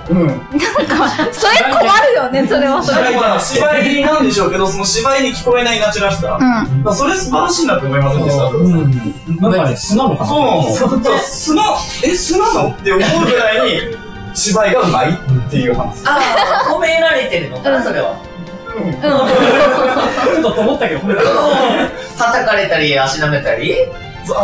なんか、それ困るよね、それはそれ。 芝居なんでしょうけど、その芝居に聞こえないナチュラルさ。それ素晴らしいなって思いませんでした？ なんかね、素なのかな？ そう。素なのって思うぐらいに、芝居がうまいっていう話。 褒められてるのかな、それは。 ちょっと思ったけど、褒めた。 叩かれたり、足舐めたり。 そう。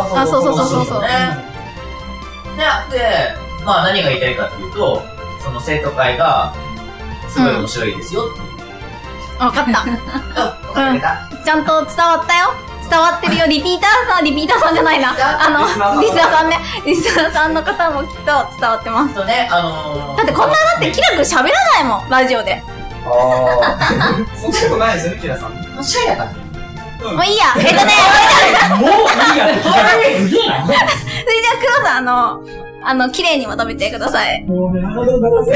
で、まあ何が言いたいかっていうと、その生徒会が、すごい面白いですよ。 わかった。ちゃんと伝わったよ。伝わってるよ。リピーターさんじゃないな。リスナーさんね。リスナーさんの方もきっと伝わってます。 そうね、 だってこんなだってキラ君喋らないもん、ラジオで。 そんなことないですよね、キラさん。 もうシャイだから。 もういいや。 もういいやって聞いたらすげえな。 それじゃあ黒さん、綺麗にまとめてください。 もうね、僕、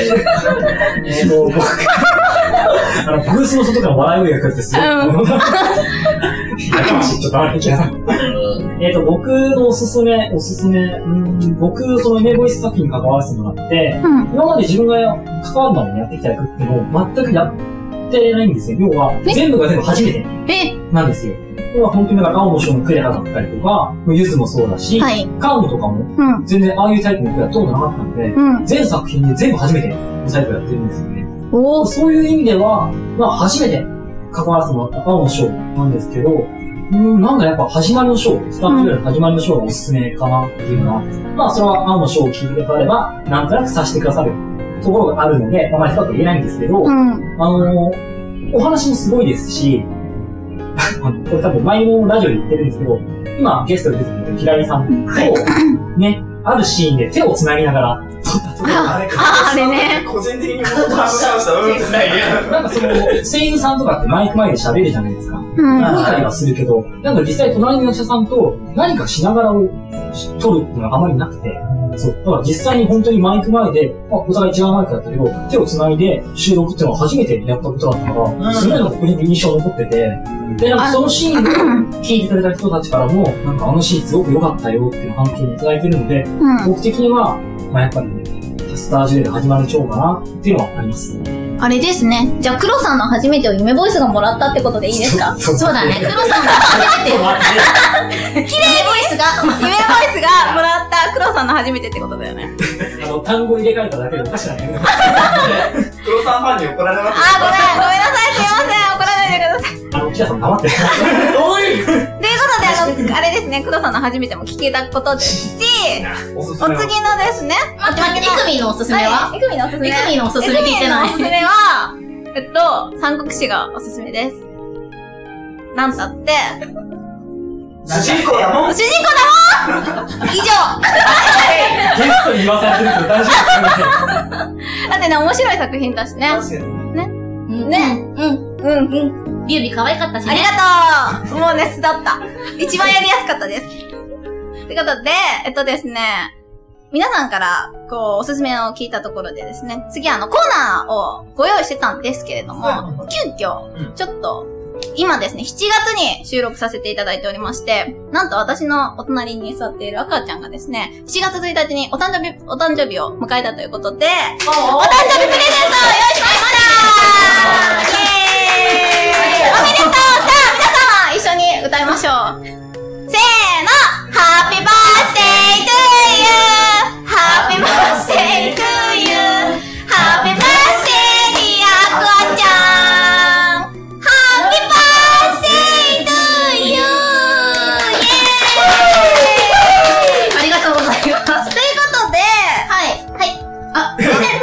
ブースの外から笑い声が来るってすごい。やかましい、ちょっと待って、キラさん。僕のおすすめ、僕、そのイメボイス作品に関わらせてもらって、今まで自分が関わるまでにやってきた役ってもう全くやってないんですよ。要は、全部が全部初めてなんですよ。要は本当に青の章のクレアだったりとか、ゆずもそうだし、カウンとかも、全然ああいうタイプの役やったことなかったので、全作品で全部初めてのタイプやってるんですよね。そういう意味では、まあ初めて関わらせてもらった青の章なんですけど、なんだやっぱ始まりの章、スタートより始まりの章がおすすめかなっていうのは、まあそれは青の章を聞いてくだされば、なんとなく察してくださるところがあるので、あまり深く言えないんですけど、お話もすごいですし、これ多分前もラジオで言ってるんですけど、今ゲストで出てくる平井さんと、ね、あるシーンで手を繋ぎながら撮ったところがあれね。 個人的にもっと話しました。 なんかその、声優さんとかってマイク前で喋るじゃないですか。見たりはするけど、なんか実際隣の役者さんと何かしながらを撮るっていうのがあまりなくて、そう。だから実際に本当にマイク前で、お互い違うマイクだったけど、手を繋いで収録っていうのは初めてやったことだったから、すごいなんか個人的に印象残ってて、で、なんかそのシーンを聞いてくれた人たちからも、なんかあのシーンすごく良かったよっていう反響をいただいてるので、僕的には、まあやっぱり、スタージュエル始まる章かなっていうのはあります。 あれですね。じゃあ、黒さんの初めてを夢ボイスがもらったってことでいいですか？ そうだね。黒さんが初めて。 綺麗ボイスがもらった黒さんの初めてってことだよね。 単語入れ替えただけでおかしなね。 黒さんファンに怒られます。 ごめんなさい、すいません。怒らないでください。 キラさん黙って。 おいということで、あれですね、黒さんの初めても聞けたことですし、お次のですね、 待って、イクミのおすすめは？ イクミのおすすめ。 イクミのおすすめ聞いてない。 イクミのおすすめは、三国志がおすすめです。なんたって、 主人公だもん以上ゲストに言わされてるけど大丈夫だってね、面白い作品だしね。 確かにね。 ビュービー可愛かったしね。 ありがとう。もうね、素だった。一番やりやすかったです。ということで、ですね、皆さんから、おすすめを聞いたところでですね、次コーナーをご用意してたんですけれども、急遽、ちょっと、今ですね、7月に収録させていただいておりまして、なんと私のお隣に座っている赤ちゃんがですね、7月1日にお誕生日を迎えたということで、お誕生日プレゼントを用意しましたイエーイおめでとう。さあ、皆様一緒に歌いましょう。せーの、ハッピーバースデートゥーユー、ハッピーバースデートゥーユー、ハッピーバースデーディア赤ちゃん、ハッピーバースデートゥーユー、イエーイ。 ありがとうございます。 ということで、プレゼント、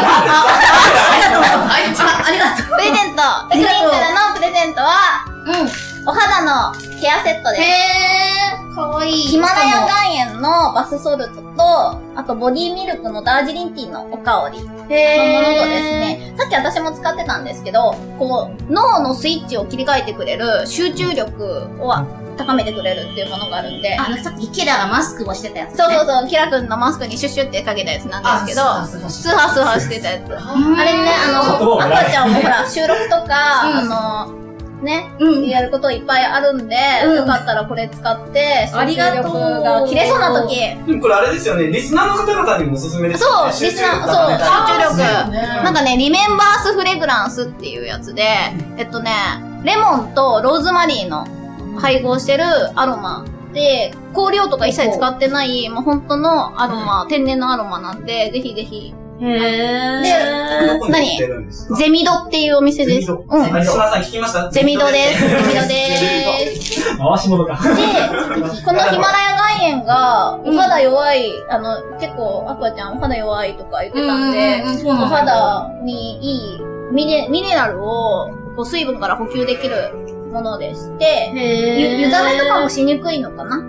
ありがとう。 プレゼント、イクリンからのプレゼントは、お肌のケアセットです。 かわいい。 ヒマラヤ岩塩のバスソルトと、あとボディミルクのダージリンティーのお香りのものとですね、さっき私も使ってたんですけど、脳のスイッチを切り替えてくれる集中力を高めてくれるっていうものがあるんで。 さっきキラがマスクをしてたやつ、ね。 そう、キラくんのマスクにシュッシュってかけたやつなんですけど、スハスハしてたやつ。あれね、赤ちゃんもほら、収録とか、やることいっぱいあるんで、よかったらこれ使って、集中力が切れそうな時。 これあれですよね、リスナーの方々にもおすすめですよね。 そう、リスナー、そう、集中力。 なんかね、リメンバースフレグランスっていうやつで、レモンとローズマリーの配合してるアロマで、香料とか一切使ってない、もう本当のアロマ、天然のアロマなんで、ぜひぜひ。 へー。 で、 どこに売ってるんですか？ ゼミドっていうお店です。 ゼミうん。 リスナーさん聞きました？ ゼミドです。ゼミドでーす。 回し物か。 で、このヒマラヤ岩塩が、お肌弱い、結構、アクアちゃんお肌弱いとか言ってたんで、お肌にいいミネラルを、こう水分から補給できるものでして、湯冷めとかもしにくいのかな？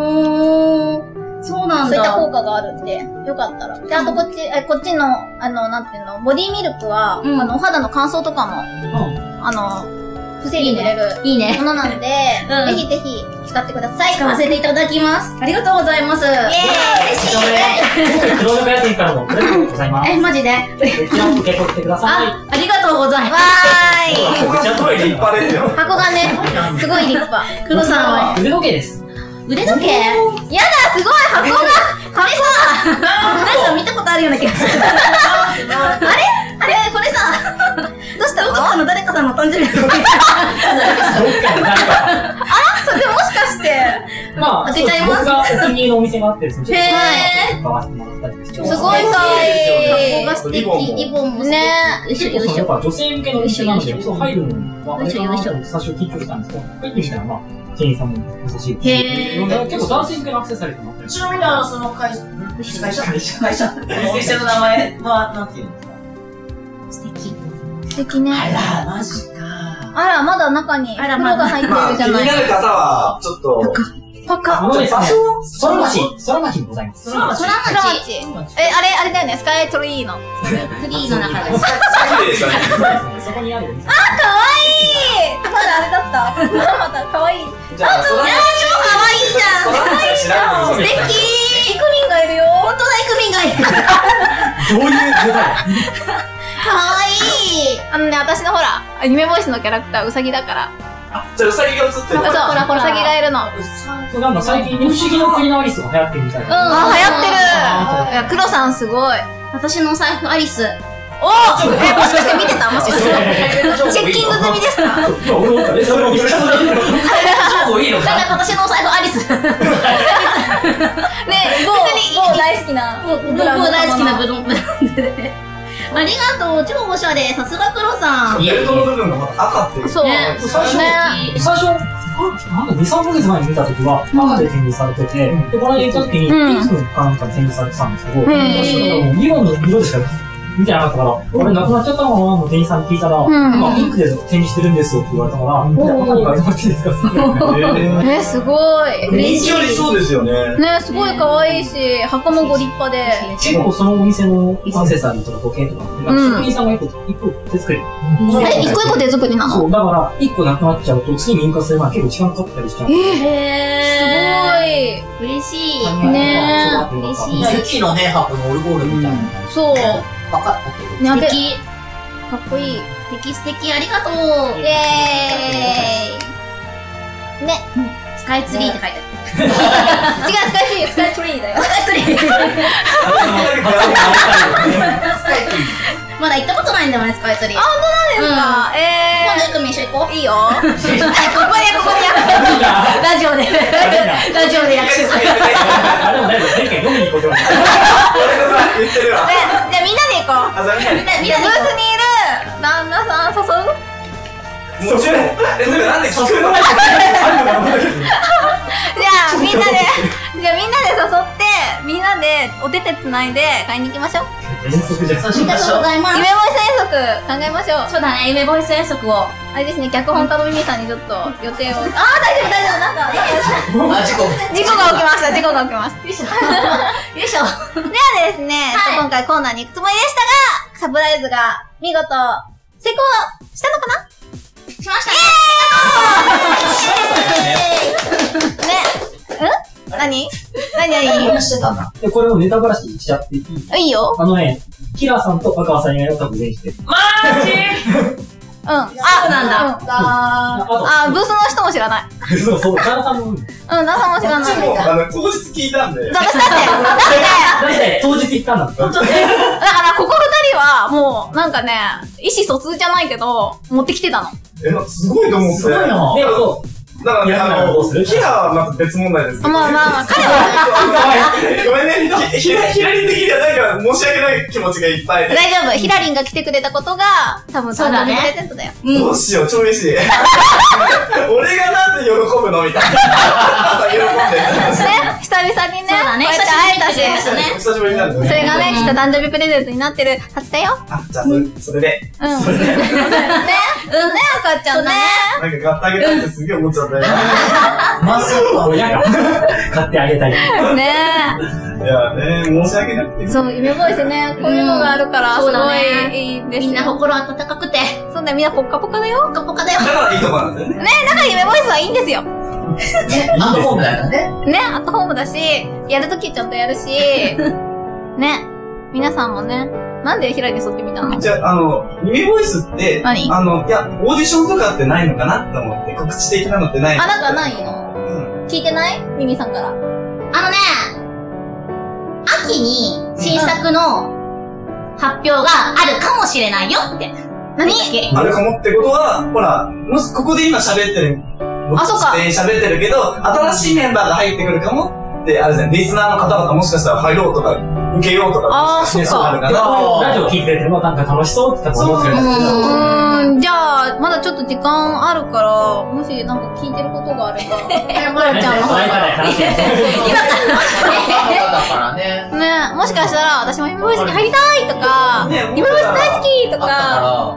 そうなんだ。 そういった効果があるんで、よかったら。で、あとこっちの、なんていうの、ボディミルクは、お肌の乾燥とかも、防いでくれるいいね。 ものなんで、 うんぜひぜひ使ってください。 使わせていただきます。ありがとうございます。 イエーイ嬉しい黒猫屋店からのプレゼントでございます。 マジでこちらを受け取ってください。 ありがとうございまわーいここがすごい立派ですよ。 箱がね、すごい立派。 す。黒さんは腕時計です。 腕時計やだ、すごい箱がこれさ、なんか見たことあるような気がする。あれこれさ、どうしたの？誰かさんの誕生日の時。 どっかで誰か。 それもしかして、 まあ、 開けちゃいます僕がお気に入りのお店があってですね、ちょっとへ買わせてもらったりして。 すごい可愛いが素敵。リボンも素敵。 ねよいしょよいしょ。 やっぱ女性向けのお店なので、そう入るのはあれかなと最初緊張したんですけど、入ってみたらまあ、店員さんも優しいですし、 へー結構男性向けのアクセサリーとなってる。 ちなみにその会社お店の名前は、なんていうんですか？ 素敵。 素敵ね。 あら、マジか。 あら、まだ中に袋が入ってまあ、気るじゃない。 になる方は、ちょっと、 パカ。 あのですね場所は空町にございます。 空空町。 町。あれだよね、スカイトリーの。 フリーの中で。 綺麗でしたね。 そうですね、そこにあるお店。 かわいいまだあれだった。まだかわいい。 じゃあ、そら可愛いじゃん。 そら町知らない素敵イクミンがいるよ。 本当だ、イクミンがいる。 どういうデザイン？ 可愛い。 私のほら、アニメボイスのキャラクターウサギだから。 じゃあ、うさぎが映ってる。 そう、ウサギがいるの。 なんか最近ね、不思議の国のアリスが流行ってるみたいな。 あ、流行ってある。いや、黒さんすごい。 私のお財布アリス。 おもしかして見てたもしかして。チェッキング済みですか俺思ったね、それを見た超いいのだからか私のお財布アリス。 ね某大好きな。 僕大好きなブランドで。ありがとう、超おしゃれ。さすが黒さん。 ベルトの部分がまた赤っていう。 そう。 ね最初、 ねなんか2、3ヶ月前に見たときは、赤で展示されてて、で、この間行ったときに、 うんピンクかなんかに展示されてたんですけど、 んもうリボンの色でしか見てなかったから、これなくなっちゃったのかなの店員さんに聞いたら、 んまあ、ピンクで展示してるんですよって言われたから、じゃあ他に書いてもらっていいですかってすごい。 人気ありそうですよね。 ね、すごい可愛いし、箱もご立派で。 結構そのお店のアクセサリーとか時計とか、職人さんが一個手作り。 一個一個手作りなのそう、だから、一個なくなっちゃうと、次に印刷する前結構時間かかったりしちゃう。 へすごい。 嬉しい。 ね嬉しいな。雪のね、箱のオルゴールみたいな感じ。 そう。 分かったけど。 ね、 素敵。 かっこいい。 素敵、ありがとう。 イエーイ。ね。 スカイツリーって書いてある。 違う、スカイツリー、スカイツリーだよ。 スカイツリー。まだ行ったことないんだよね、スカイツリー。 ですか今度よく飯行こう。 いいよ。ここでラジオで。ラジオで約束。 あ、でも大丈夫。前回飲みに行こうと思って。 言ってるわ。 じゃあみんなで行こう。 あ、じゃあみんなでブースにいる旦那さん誘うもちろん。それなんで聞くの？ じゃあみんなで誘ってみんなでお手手つないで買いに行きましょう。 遠足じゃん。 ありがとうございます。 夢ボイス遠足考えましょう。 そうだね、夢ボイス遠足を。 あれですね、脚本家のミミさんにちょっと予定を。大丈夫なんかあ、事故。 事故が起きました。よいしょ。 よいしょ。 ではですね、 はい今回コーナーに行くつもりでしたが、サプライズが見事成功したのかな？ しましたね。何してたんだ。 で、これをネタばらししちゃっていい？ いいよ。 あのね、キラーさんと赤羽さん以外は多分全員してる。 マジそうなんだ。ブースの人も知らない。 そう、旦那さんも。 旦那さんも知らない。 当日聞いたんで。 だって、 当日行ったんだって。だから、 ここ二人は、もう、なんかね、意思疎通じゃないけど、持ってきてたの。 すごいと思って。 すごいな。でもそう。 だから、ヒラはまた別問題ですけど。 まあ、彼は。 ごめんね、ヒラリン的にはなんか申し訳ない気持ちがいっぱいで。 大丈夫、ヒラリンが来てくれたことが、多分誕生日プレゼントだよ。 どうしよう、超嬉しい。俺がなんで喜ぶのみたいな。喜んでね、久々にね、こうやって会えたし。 久しぶりになるね。 それがね、きっと誕生日プレゼントになってるはずだよ。 じゃあ、それで。 ね、赤ちゃんね。 なんか買ってあげたいってすげえ思っちゃったよ。 まあそうか、親が買ってあげたい。 ねいやね、申し訳なくて。 そう、夢ボイスね、こういうのがあるから、すごいいいんですよ。 みんな心温かくて。 そうだよ、みんなポッカポカだよ。 ポカポカだよ。 だからいいとこなんだよね。 ね、だから夢ボイスはいいんですよ。 アットホームだからね。 ね、アットホームだし、やるときちゃんとやるし、ね、皆さんもね、なんで平に沿ってみたの？ じゃあ、耳ボイスって、 何？ いや、オーディションとかってないのかなって思って、告知的なのってないの？ なんかないの？聞いてない？ミミさんから。 秋に新作の発表があるかもしれないよって。 何？ あるかもってことは、ほら、もしここで今喋ってる、僕そうか。 喋ってるけど、新しいメンバーが入ってくるかもってあるじゃん。リスナーの方々もしかしたら入ろうとか、受けようとか、 そうか。 あるかな。 ラジオ聞いててもなんか楽しそうって思ってるんですけど。 じゃあ、まだちょっと時間あるから、もしなんか聞いてることがあれば、まるちゃんの方から。ね、もしかしたら、私も夢ボイスに入りたいとか、夢ボイス大好きとか、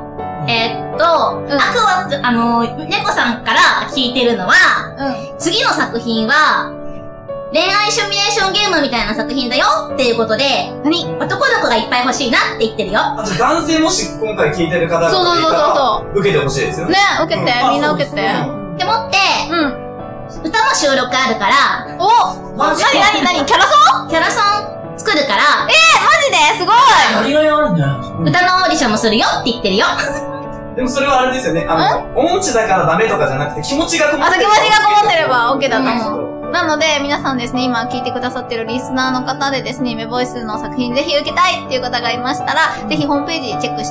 猫さんから聞いてるのは、次の作品は、恋愛シミュレーションゲームみたいな作品だよっていうことで、男の子がいっぱい欲しいなって言ってるよ。 男性もし今回聞いてる方がいたら、受けてほしいですよね。 ね、受けて、みんな受けて。 って思って、歌も収録あるから、 なにキャラソン？ キャラソン作るから、 マジですごい！ やりがいあるんじゃない？ 歌のオーディションもするよって言ってるよ。 でもそれはあれですよね。おもちだからダメとかじゃなくて気持ちがこもってる。 気持ちがこもってれば OK だと思う。なので、皆さんですね、今聞いてくださってるリスナーの方でですね、夢ボイスの作品ぜひ受けたいっていう方がいましたら、ぜひホームページチェックして、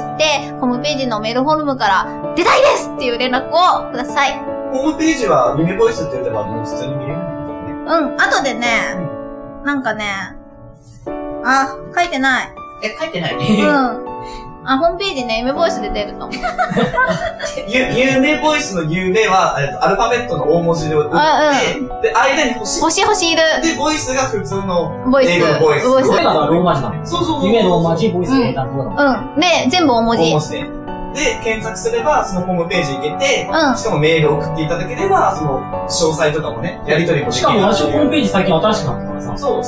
ホームページのメールフォルムから出たいですっていう連絡をください。 ホームページは夢ボイスって言ってばもう普通に見れるんですよね。 後でね、なんかね、書いてない。 書いてない？ ホームページね、夢ボイスで出ると思う。 夢ボイスの夢は、アルファベットの大文字で打って、で、間に星いる。 で、ボイスが普通の英語のボイス。 これがローマ字なの。 そう。 夢ローマ字、ボイス英単語なの。で、全部大文字。 で、検索すれば、そのホームページ行けて、しかもメールを送っていただければ、その、詳細とかもね、やり取りもできる。 しかも、私ホームページ最近新しくなったからさ。 そう。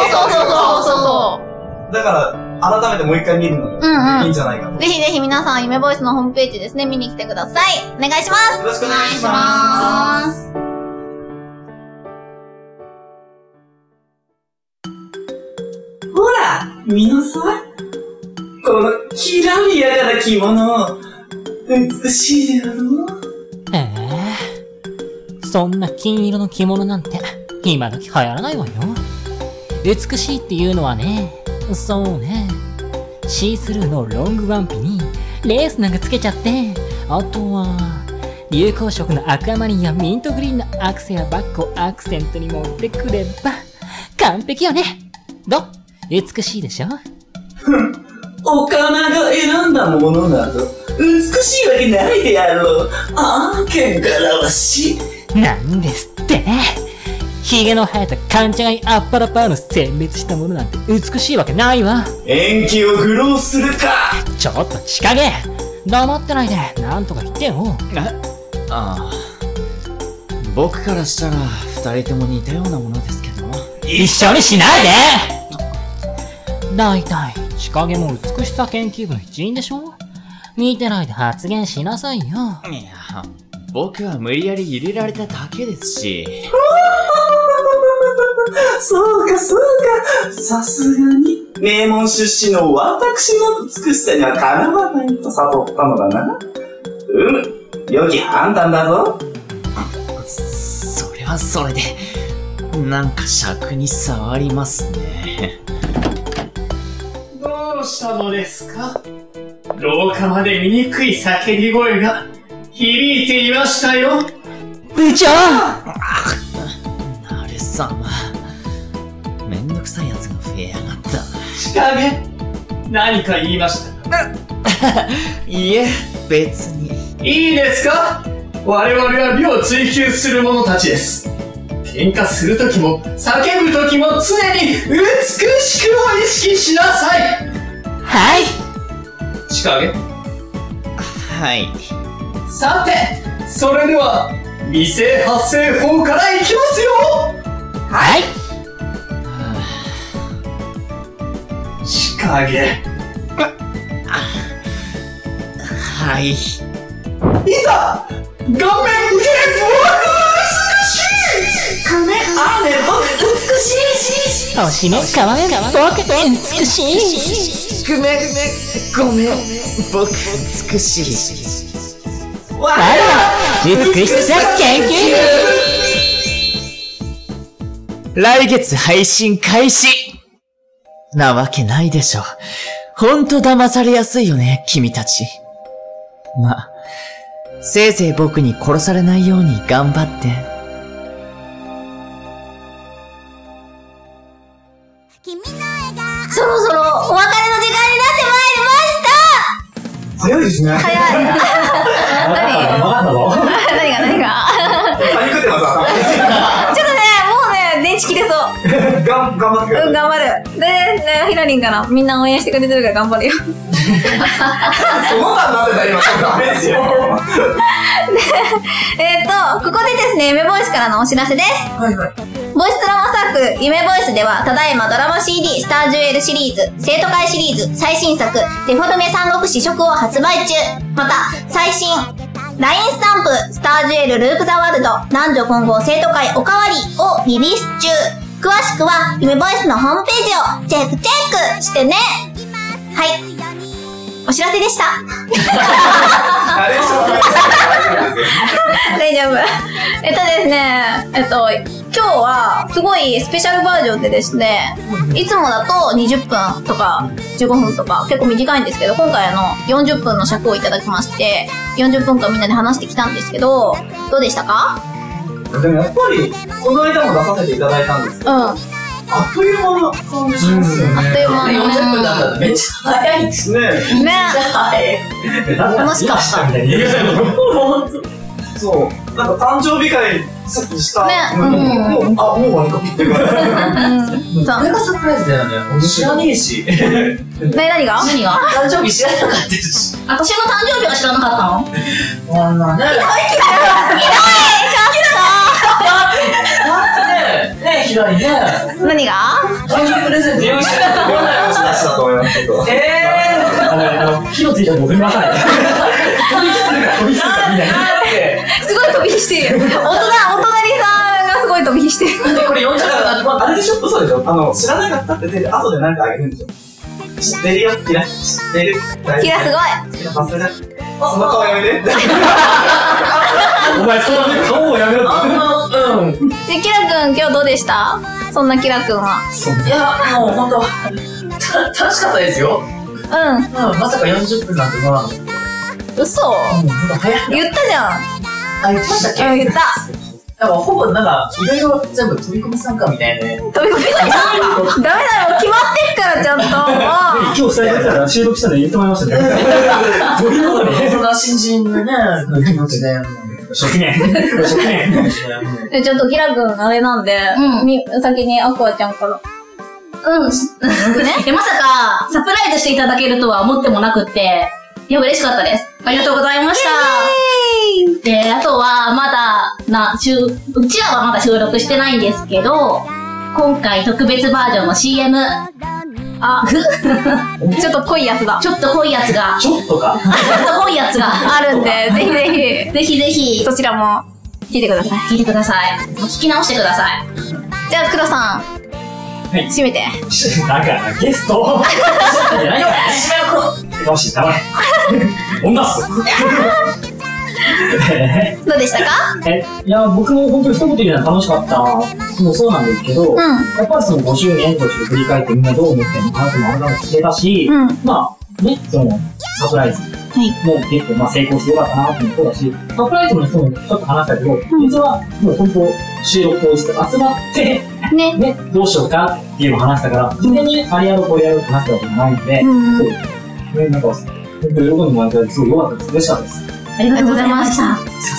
だから、改めてもう一回見るのがいいんじゃないかと。 ぜひぜひ皆さん、夢ボイスのホームページですね、見に来てください。お願いします。 よろしくお願いします。ほら、皆さん。このきらびやかな着物、美しいであろう？ そんな金色の着物なんて、今時流行らないわよ。美しいっていうのはね、そうね。シースルーのロングワンピにレースなんかつけちゃって、あとは流行色のアクアマリンやミントグリーンのアクセやバッグをアクセントに持ってくれば完璧よね。美しいでしょ？ おかまが選んだものなど美しいわけないであろう。喧嘩らわし。 なんですってヒゲの生えた勘違いアッパラパーの選別したものなんて美しいわけないわ。 延期を愚弄するか。 ちょっと千影、黙ってないでなんとか言ってよ。 僕からしたら二人とも似たようなものですけど。 一緒にしないで。だいたい千影も美しさ研究部の一員でしょ。見てないで発言しなさいよ。 いや、僕は無理やり入れられただけですし。 そうか。さすがに名門出身の私の美しさにはかなわないと悟ったのだな。 良き判断だぞ。 それはそれで、なんか尺に触りますね。 どうしたのですか？廊下まで醜い叫び声が響いていましたよ。 部長！ なるさま、めんどくさいやつが増えやがった。 仕掛け？何か言いましたか？ いえ、別に。 いいですか？我々は美を追求する者たちです。喧嘩するときも、叫ぶときも常に美しくを意識しなさい。 はい。 仕掛け？ はい。 さて、それでは、未正発生法からいきますよ。 はい。 仕掛け。 はい。 いざ、顔面で僕は美しい。 あね、僕美しい。 おしめ、かわめ、僕美しい。 ごめん、僕美しい。 我ら美しさ研究来月配信開始なわけないでしょ。ほんと騙されやすいよね、君たち。ま、せいぜい僕に殺されないように頑張って。 そろそろお別れの時間になってまいりました。 早いですね。 早い。 わかったぞ。 何がパニックってます、頭。 ちょっとね、もうね、電池切れそう。 頑張ってください。 頑張る。で、ね、ひらりんからみんな応援してくれてるから頑張るよ。 その他になってたら今、ダメですよ。 ここでですね、夢ボイスからのお知らせです。 はいはい。 ボイスドラマサークル夢ボイスでは、ただいまドラマ CD スタージュエルシリーズ、生徒会シリーズ、最新作、デフォルメ三国志食を発売中。また、最新、LINE スタンプ、スタージュエルループザワールド、男女混合生徒会おかわりをリリース中。詳しくは、夢ボイスのホームページをチェックしてね。はい。お知らせでした。 あれ、 大丈夫。ですね、今日はすごいスペシャルバージョンでですね、いつもだと20分とか15分とか結構短いんですけど、今回40分の尺をいただきまして、40分間みんなで話してきたんですけど、どうでしたか？ でもやっぱり、この間も出させていただいたんですけど、あっという間な感じしますよね。 あっという間 40分だったらめっちゃ早いですね。 ね。 楽しかった。 そう。なんか誕生日会さっきしたのに、もう終わりかっていうか。 これがサプライズだよね。俺知らねえし。 何が何が誕生日知らなかったし。 私の誕生日は知らなかったの？ あんなね。ねえ、ひらりね。 何が誕生日プレゼント用意してないと思わないよ。 したと思いますけど。 火のついたらもう振り回さない。飛び火するからみんなに。 すごい飛び火してる。お隣さんがすごい飛び火してる。 これ40分だとあれでしょ？そうでしょ？知らなかったって後でなんかあげるんでしょ？知ってるよ、キラ。知ってる。 キラすごい。 キラさすが。その顔やめて。 お前、その顔をやめろって。 で、キラくん今日どうでした？そんなキラくんは。 いや、もうほんと、楽しかったですよ。まさか40分なんて思わなかった。 嘘？言ったじゃん。 言ってましたっけ？ 言った。 なんかほぼなんか、いろいろ全部飛び込み参加みたいなね。 飛び込み参加？ダメだよ、決まってっからちゃんと。 今日伝えてたら収録したら言ってもらいましたね。どういうことね。 そんな新人のね、気持ちで。 初期年。 ちょっとキラくんあれなんで、先にアクアちゃんから。 まさか、サプライズしていただけるとは思ってもなくって、いや、嬉しかったです。ありがとうございました。で、あとは、まだ、うちらはまだ収録してないんですけど、今回特別バージョンの CM。 ちょっと濃いやつだ。 ちょっと濃いやつが。 ちょっと濃いやつがあるんで、ぜひぜひ、 そちらも聞いてください。 聞いてください。聞き直してください。 じゃあ、黒さん。閉めて。 なんか、ゲストじゃないよ。よし、黙れ。女っす。 どうでしたか？ いや、僕も本当に一言で言うのは楽しかったもそうなんですけど、やっぱりその5周年として振り返ってみんなどう思ってるのかなってもあんなの聞けたし、まあ、ね、その、サプライズも結構、まあ成功してよかったなってもそうだし、サプライズの人もちょっと話したけど、実はもう本当、収録をして集まって、ね、どうしようかっていうのを話したから、全然ね、あれやろうこれやろうって話したわけじゃないので、そう。ね、なんか、本当に喜んでもらえたらすごい良かったです。嬉しかったです。 ありがとうございました。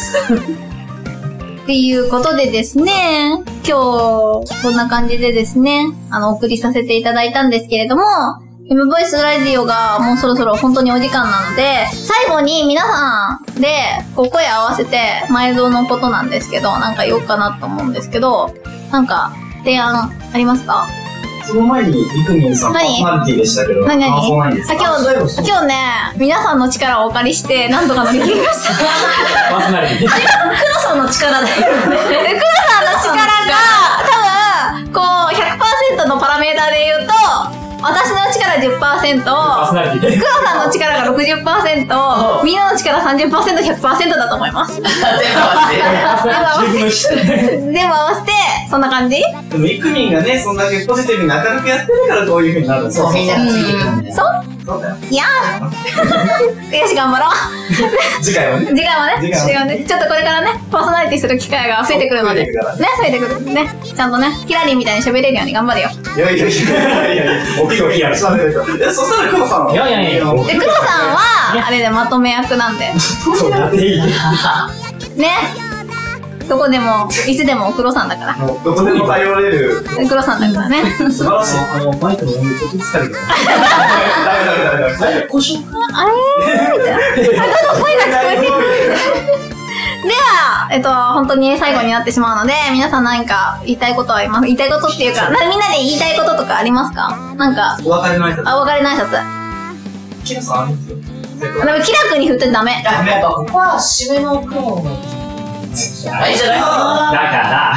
っていうことでですね、今日、こんな感じでですね、お送りさせていただいたんですけれども、Mボイスラジオがもうそろそろ本当にお時間なので、最後に皆さんで、こう声合わせて、毎度のことなんですけど、なんか言おうかなと思うんですけど、なんか、提案ありますか？ その前に、リクミンさん、パーソナリティでしたけど、 何感想ないですか？ 今日ね、皆さんの力をお借りして、なんとか乗り切りました。 パーソナリティ。 黒さんの力だよね。 黒さんの力が、多分、こう、100% のパラメーターで言うと、私の力 10%、黒さんの力が 60%、みんなの力 30%、100% だと思います。全部合わせて、そんな感じ？ でも、イクミンがね、そんだけポジティブに明るくやってるからこういう風になるんですよ。 そう、みんながついてくるんだよ。 そうだよ。 いやーよし、頑張ろう。 次回はね。 ちょっとこれからね、パーソナリティする機会が増えてくるので。増えてくるね。ちゃんとね、ヒラリンみたいに喋れるように頑張るよ。 いや、大きいやる。そしたら黒さんは？ いや。 で、黒さんは、あれでまとめ役なんで。 そうやっていい。 ね。どこでも、いつでも黒さんだから。 どこでも頼れる。 黒さんだからね。 素晴らしい。 マイクの音量ちょっとずつ下げて。 ダメ。 故障か？ あれみたいな。どんどん声が聞こえてくる。では、本当に最後になってしまうので、皆さん何か言いたいことはあります？言いたいことっていうか、みんなで言いたいこととかありますか？なんか。 お別れの挨拶。 お別れの挨拶。 キラさんあるんですよ。 でも、キラ君に振ってダメ。 やっぱここは締めの雲のじゃないじゃないだから、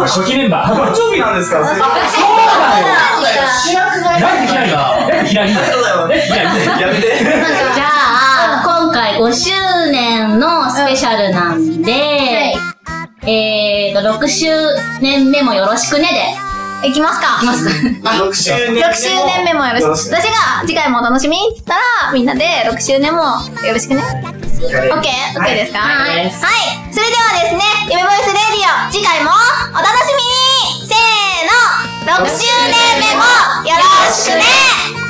初期メンバー。 誕生日なんですから。そうだよ。知らくないなんで嫌いやめて。 じゃあ、今回5周年のスペシャルなんで、6周年目もよろしくねで。いきますか。 6周年目もよろしく。私が次回もお楽しみって言ったら、みんなで6周年もよろしくね。オッケーですか？はい。それではですね、夢ボイスレディオ、次回もお楽しみに！せーの !6 周年目もよろしくね！